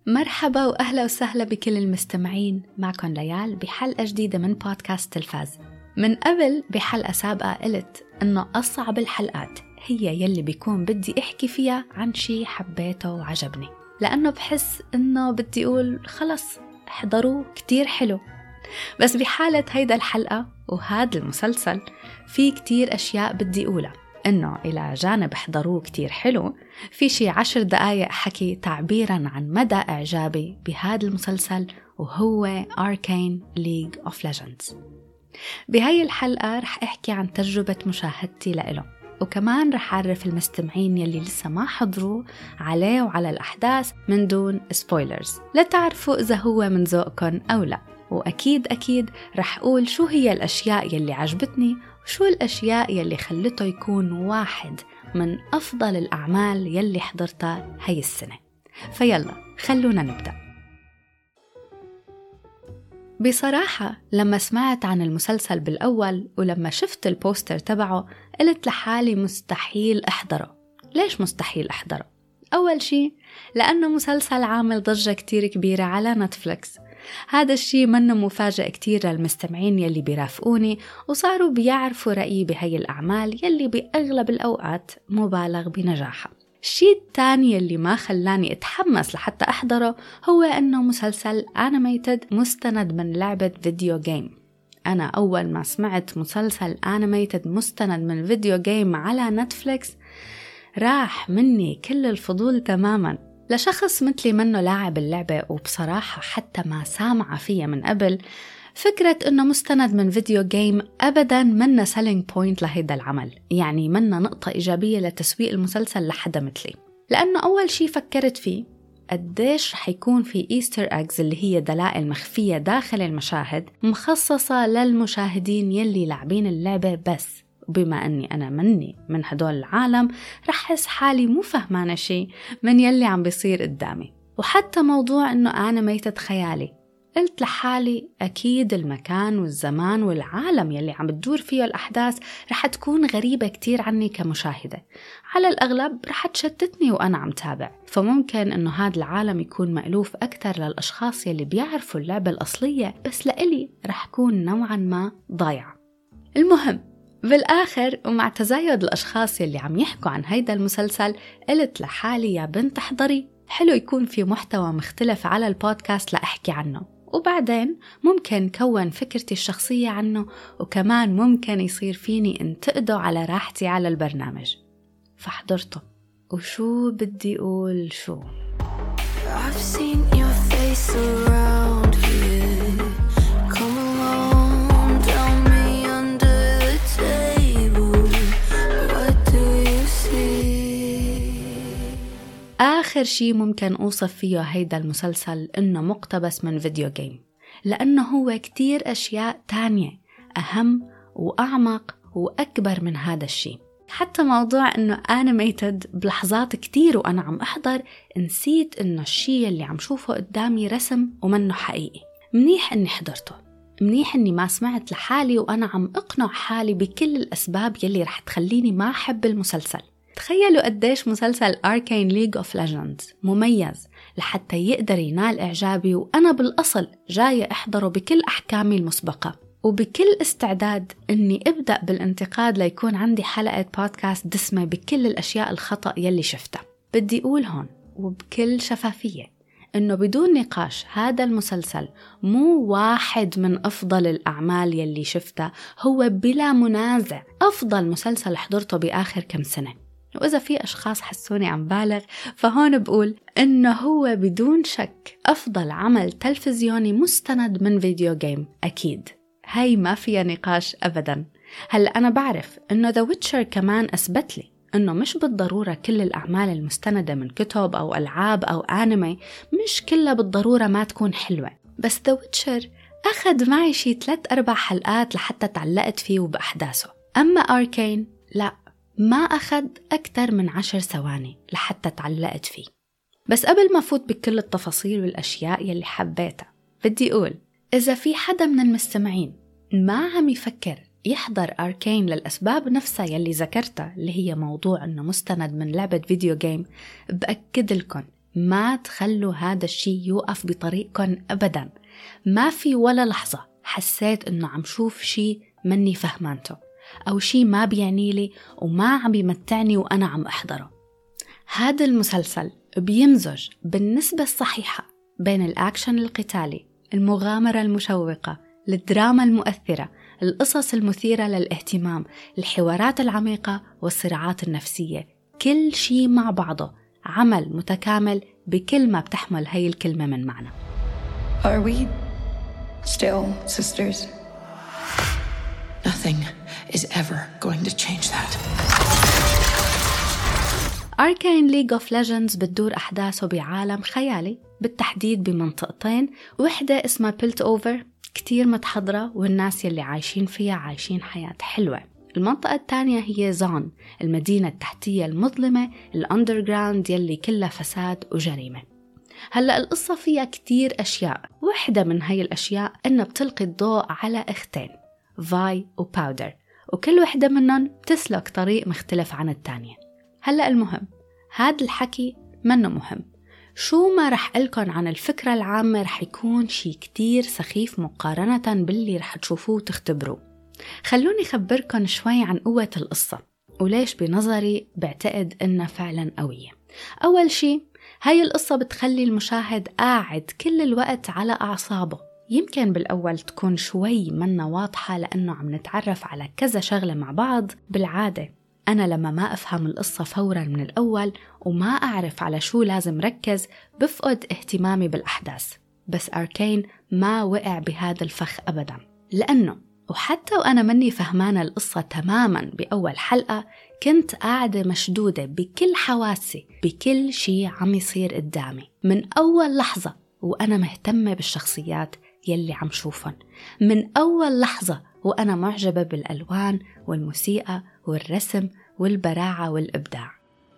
مرحبا وأهلا وسهلا بكل المستمعين. معكم ليال بحلقة جديدة من بودكاست تلفاز. من قبل بحلقة سابقة قلت إنه أصعب الحلقات هي يلي بيكون بدي أحكي فيها عن شي حبيته وعجبني، لأنه بحس إنه بدي أقول خلص احضروا كتير حلو. بس بحالة هيدا الحلقة وهذا المسلسل في كتير أشياء بدي أقولها، إنه إلى جانب احضروه كتير حلو، في شي 10 دقايق حكي تعبيراً عن مدى إعجابي بهذا المسلسل، وهو Arcane League of Legends. بهاي الحلقة رح أحكي عن تجربة مشاهدتي لإله، وكمان رح أعرف المستمعين يلي لسه ما حضروا عليه وعلى الأحداث من دون سبويلرز لتعرفوا إذا هو من ذوقكم أو لا. وأكيد رح أقول شو هي الأشياء يلي عجبتني وشو الأشياء يلي خلته يكون واحد من أفضل الأعمال يلي حضرتها هاي السنة. فيلا خلونا نبدأ. بصراحة لما سمعت عن المسلسل بالأول ولما شفت البوستر تبعه قلت لحالي مستحيل أحضره. ليش مستحيل أحضره؟ أول شي لأنه مسلسل عامل ضجة كتير كبيرة على نتفليكس. هذا الشي منه مفاجأة كتير للمستمعين يلي بيرافقوني وصاروا بيعرفوا رأيي بهاي الأعمال يلي بأغلب الأوقات مبالغ بنجاحها. الشيء الثاني اللي ما خلاني أتحمس لحتى أحضره هو أنه مسلسل أنيميتد مستند من لعبة فيديو جيم. أنا أول ما سمعت مسلسل أنيميتد مستند من فيديو جيم على نتفليكس راح مني كل الفضول تماماً. لشخص مثلي منه لاعب اللعبة وبصراحة حتى ما سامع فيها من قبل، فكرة إنه مستند من فيديو جيم أبداً منا سيلينج بوينت لهيدا العمل، يعني منا نقطة إيجابية لتسويق المسلسل لحدا مثلي. لأنه أول شي فكرت فيه قديش رح يكون في إيستر أجز اللي هي دلائل مخفية داخل المشاهد مخصصة للمشاهدين يلي لاعبين اللعبة بس. وبما أني أنا مني من هدول العالم رح أحس حالي مو فهمانة شي من يلي عم بيصير قدامي. وحتى موضوع أنه أنيميتد خيالي، قلت لحالي أكيد المكان والزمان والعالم يلي عم بتدور فيه الأحداث رح تكون غريبة كتير عني كمشاهدة، على الأغلب رح تشتتني وأنا عم تابع. فممكن أنه هذا العالم يكون مألوف أكتر للأشخاص يلي بيعرفوا اللعبة الأصلية، بس لإلي رح كون نوعا ما ضايعة. المهم بالآخر ومع تزايد الأشخاص يلي عم يحكوا عن هيدا المسلسل قلت لحالي يا بنت احضري، حلو يكون في محتوى مختلف على البودكاست لأحكي عنه، وبعدين ممكن كون فكرتي الشخصية عنه، وكمان ممكن يصير فيني انتقده على راحتي على البرنامج. فحضرته وشو بدي أقول شو I've seen your face around here. Come along, tell me under the table, what do you see? آخر شي ممكن أوصف فيه هيدا المسلسل إنه مقتبس من فيديو جيم، لأنه هو كتير أشياء تانية أهم وأعمق وأكبر من هذا الشي. حتى موضوع إنه أنيميتد بلحظات كتير وأنا عم أحضر نسيت إنه الشي اللي عم شوفه قدامي رسم ومنه حقيقي. منيح إني حضرته، منيح إني ما سمعت لحالي وأنا عم أقنع حالي بكل الأسباب يلي رح تخليني ما أحب المسلسل. تخيلوا قديش مسلسل Arcane League of Legends مميز لحتى يقدر ينال إعجابي، وأنا بالأصل جاية أحضره بكل أحكامي المسبقة وبكل استعداد إني أبدأ بالانتقاد ليكون عندي حلقة بودكاست دسمة بكل الأشياء الخطأ يلي شفتها. بدي أقول هون وبكل شفافية إنه بدون نقاش هذا المسلسل مو واحد من أفضل الأعمال يلي شفتها، هو بلا منازع أفضل مسلسل حضرته بآخر كم سنة. وإذا في أشخاص حسوني عم بالغ فهون بقول إنه هو بدون شك أفضل عمل تلفزيوني مستند من فيديو جيم، أكيد هاي ما فيها نقاش أبداً. هلأ أنا بعرف إنه The Witcher كمان أثبت لي إنه مش بالضرورة كل الأعمال المستندة من كتب أو ألعاب أو أنمي مش كلها بالضرورة ما تكون حلوة، بس The Witcher أخذ معي شي 3-4 حلقات لحتى تعلقت فيه وبأحداثه. أما Arcane لا، ما أخذ أكتر من 10 ثواني لحتى تعلقت فيه. بس قبل ما فوت بكل التفاصيل والأشياء يلي حبيتها، بدي أقول إذا في حدا من المستمعين ما عم يفكر يحضر أركين للأسباب نفسها يلي ذكرتها، اللي هي موضوع أنه مستند من لعبة فيديو جيم، بأكد لكم ما تخلوا هذا الشي يوقف بطريقكم أبدا. ما في ولا لحظة حسيت إنه عم شوف شي مني فهمانته أو شي ما بيعني لي وما عم يمتعني وأنا عم أحضره. هذا المسلسل بيمزج بالنسبة الصحيحة بين الأكشن القتالي، المغامرة المشوقة، الدراما المؤثرة، القصص المثيرة للاهتمام، الحوارات العميقة والصراعات النفسية. كل شي مع بعضه عمل متكامل بكل ما بتحمل هاي الكلمة من معنى. Are we still sisters? Nothing is ever going to change that. Arcane League of Legends بتدور أحداثه بعالم خيالي، بالتحديد بمنطقتين، وحدة اسمها Piltover كتير متحضرة والناس يلي عايشين فيها عايشين حياة حلوة. المنطقة الثانية هي زون، المدينة التحتية المظلمة، الأندرغراوند يلي كلها فساد وجريمة. هلأ القصة فيها كتير أشياء، واحدة من هاي الأشياء إنها بتلقي الضوء على أختين فاي وباودر، وكل واحدة منهم بتسلك طريق مختلف عن الثانية. هلأ المهم هاد الحكي منه مهم، شو ما رح قلكن عن الفكرة العامة رح يكون شي كتير سخيف مقارنة باللي رح تشوفوه وتختبروه. خلوني خبركن شوي عن قوة القصة وليش بنظري بعتقد إنها فعلا قوية. أول شي، هاي القصة بتخلي المشاهد قاعد كل الوقت على أعصابه. يمكن بالأول تكون شوي منا واضحة لأنه عم نتعرف على كذا شغلة مع بعض. بالعادة أنا لما ما أفهم القصة فوراً من الأول وما أعرف على شو لازم ركز بفقد اهتمامي بالأحداث. بس أركين ما وقع بهذا الفخ أبداً، لأنه وحتى وأنا مني فهمانة القصة تماماً بأول حلقة كنت قاعدة مشدودة بكل حواسي بكل شي عم يصير قدامي من أول لحظة، وأنا مهتمة بالشخصيات يلي عم شوفن من أول لحظة، وأنا معجبة بالألوان والموسيقى والرسم والبراعة والإبداع.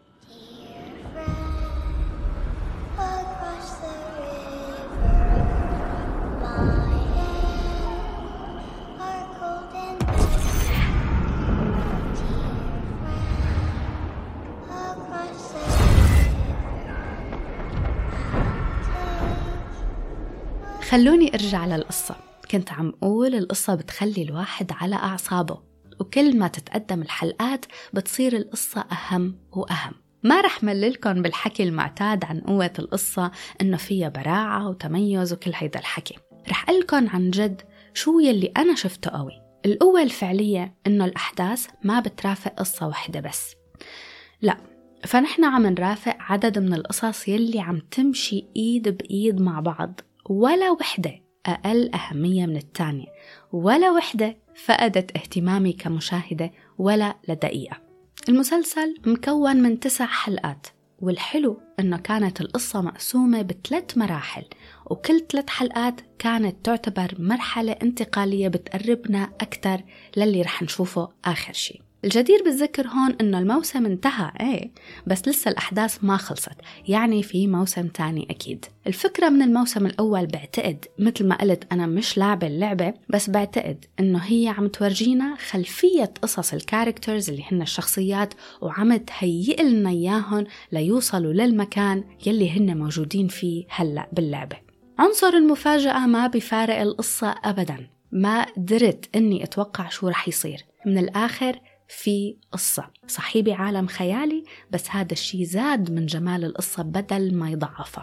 خلوني أرجع للقصة. كنت عم أقول القصة بتخلي الواحد على أعصابه، وكل ما تتقدم الحلقات بتصير القصة أهم وأهم. ما رح مللكن بالحكي المعتاد عن قوة القصة إنه فيها براعة وتميز وكل هيدا الحكي. رح قلكن عن جد شو يلي أنا شفته قوي. القوة الفعلية إنه الأحداث ما بترافق قصة واحدة بس، لا، فنحن عم نرافق عدد من القصص يلي عم تمشي إيد بإيد مع بعض، ولا وحدة أقل أهمية من الثانية، ولا وحدة فقدت اهتمامي كمشاهدة ولا لدقيقة. المسلسل مكون من 9 حلقات، والحلو إنه كانت القصة مقسومة ب3 مراحل، وكل 3 حلقات كانت تعتبر مرحلة انتقالية بتقربنا أكتر للي رح نشوفه آخر شيء. الجدير بالذكر هون إنه الموسم انتهى بس لسه الأحداث ما خلصت، يعني في موسم تاني أكيد. الفكرة من الموسم الأول بعتقد مثل ما قلت أنا مش لعبة اللعبة، بس بعتقد إنه هي عم تورجينا خلفية قصص الكاركترز اللي هن الشخصيات، وعم تهيئ لنا إياهن ليوصلوا للمكان يلي هن موجودين فيه هلأ باللعبة. عنصر المفاجأة ما بيفارق القصة أبدا. ما قدرت إني أتوقع شو رح يصير. من الآخر في قصة صحيح بعالم خيالي، بس هذا الشيء زاد من جمال القصة بدل ما يضعفها.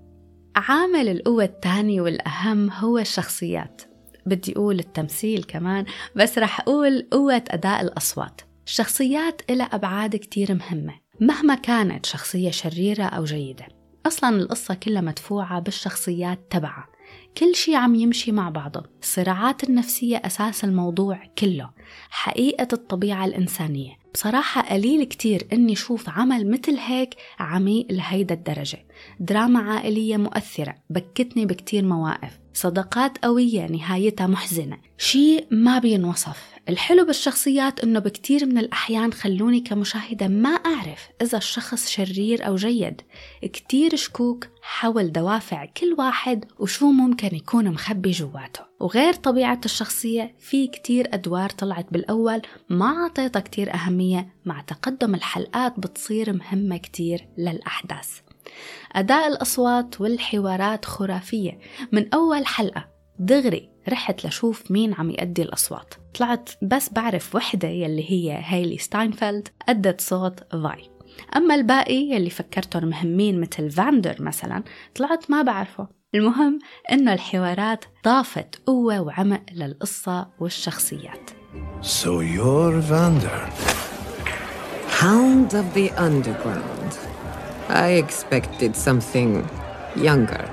عامل القوة الثاني والأهم هو الشخصيات. بدي أقول التمثيل كمان، بس رح أقول قوة أداء الأصوات. الشخصيات إلى أبعاد كتير مهمة مهما كانت شخصية شريرة أو جيدة. أصلاً القصة كلها مدفوعة بالشخصيات تبعها، كل شيء عم يمشي مع بعضه. الصراعات النفسية أساس الموضوع كله، حقيقة الطبيعة الإنسانية. بصراحة قليل كتير إني شوف عمل مثل هيك عميق لهيدا الدرجة. دراما عائلية مؤثرة بكتني بكتير مواقف، صداقات قوية نهايتها محزنة، شيء ما بينوصف. الحلو بالشخصيات إنه بكتير من الأحيان خلوني كمشاهدة ما أعرف إذا الشخص شرير أو جيد. كتير شكوك حول دوافع كل واحد وشو ممكن يكون مخبي جواته. وغير طبيعة الشخصية، في كتير أدوار طلعت بالأول ما عطيتها كتير أهمية، مع تقدم الحلقات بتصير مهمة كتير للأحداث. أداء الأصوات والحوارات خرافية. من أول حلقة دغري رحت لشوف مين عم يؤدي الأصوات، طلعت بس بعرف وحدة يلي هي هايلي ستاينفيلد أدت صوت فاي. أما الباقي يلي فكرتهم مهمين مثل فاندر مثلا طلعت ما بعرفه. المهم إنه الحوارات ضافت قوة وعمق للقصة والشخصيات. So you're Vander. Hound of the Underground. I expected something younger.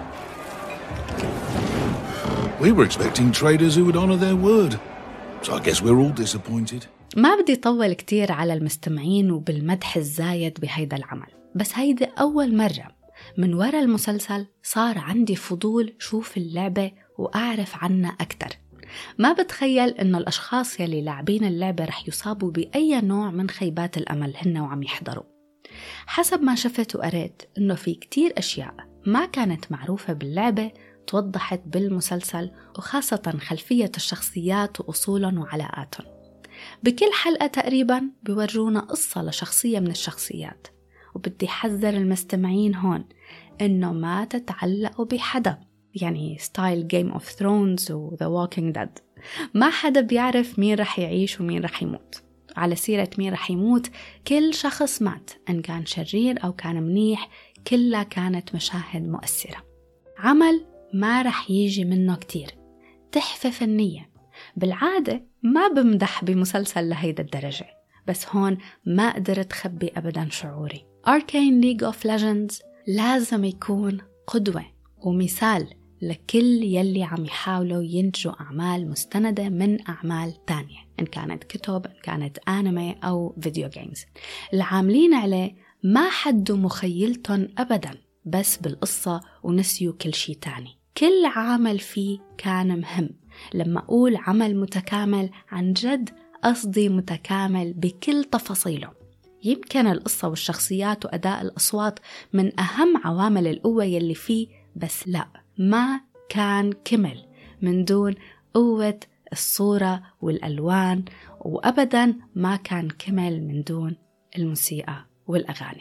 We were expecting traders who would honor their word. So I guess we're all disappointed. ما بدي طول كتير على المستمعين وبالمدح الزايد بهيدا العمل، بس هيدا أول مرة من وراء المسلسل صار عندي فضول شوف اللعبة وأعرف عنها أكتر. ما بتخيل إنه الأشخاص يلي لاعبين اللعبة رح يصابوا بأي نوع من خيبات الأمل هن وعم يحضروا. حسب ما شفت وقريت إنه في كتير أشياء ما كانت معروفة باللعبة توضحت بالمسلسل، وخاصة خلفية الشخصيات وأصولهم وعلاقاتهم. بكل حلقة تقريبا بيورجونا قصة لشخصية من الشخصيات، وبدي حذر المستمعين هون إنه ما تتعلقوا بحدا، يعني ستايل Game of Thrones و The Walking Dead. ما حدا بيعرف مين رح يعيش ومين رح يموت. على سيرة مين رح يموت، كل شخص مات إن كان شرير أو كان منيح كلها كانت مشاهد مؤثرة. عمل ما رح يجي منه كتير، تحفة فنية. بالعادة ما بمدح بمسلسل لهيدا الدرجة، بس هون ما قدرت خبي أبدا شعوري. Arcane League of Legends لازم يكون قدوة ومثال لكل يلي عم يحاولوا ينتجوا أعمال مستندة من أعمال تانية، إن كانت كتب، إن كانت آنمي أو فيديو جيمز. العاملين عليه ما حدوا مخيلتهم أبدا بس بالقصة ونسيوا كل شي تاني. كل عمل فيه كان مهم. لما أقول عمل متكامل عن جد قصدي متكامل بكل تفاصيله. يمكن القصة والشخصيات وأداء الأصوات من أهم عوامل القوة يلي فيه، بس لا، ما كان كمل من دون قوة الصورة والألوان، وأبدا ما كان كمل من دون الموسيقى والأغاني.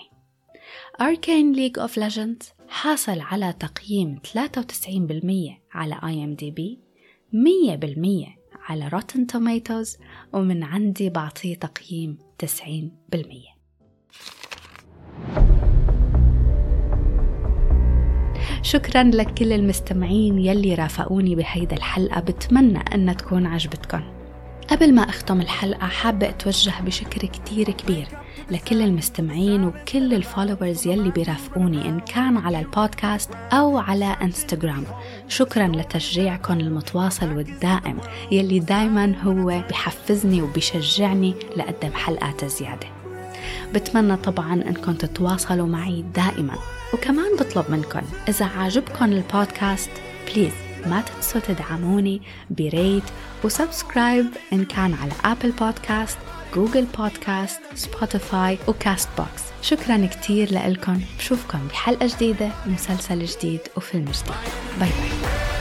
Arcane League of Legends حاصل على تقييم 93% على IMDb، 100% على Rotten Tomatoes، ومن عندي بعطيه تقييم 90%. شكراً لكل المستمعين يلي رافقوني بهيدا الحلقة، بتمنى أنها تكون عجبتكم. قبل ما أختم الحلقة حابة أتوجه بشكر كتير كبير لكل المستمعين وكل الفولورز يلي بيرافقوني إن كان على البودكاست أو على انستغرام. شكراً لتشجيعكم المتواصل والدائم يلي دايماً هو بيحفزني وبيشجعني لأقدم حلقات زيادة. بتمنى طبعاً أنكم تتواصلوا معي دائماً، وكمان بطلب منكم إذا عاجبكم البودكاست بليز ما تنسوا تدعموني بريت وسبسكرايب إن كان على أبل بودكاست، جوجل بودكاست، سبوتيفاي وكاست بوكس. شكراً كتير لكم. بشوفكم بحلقة جديدة، مسلسل جديد وفيلم جديد. باي باي.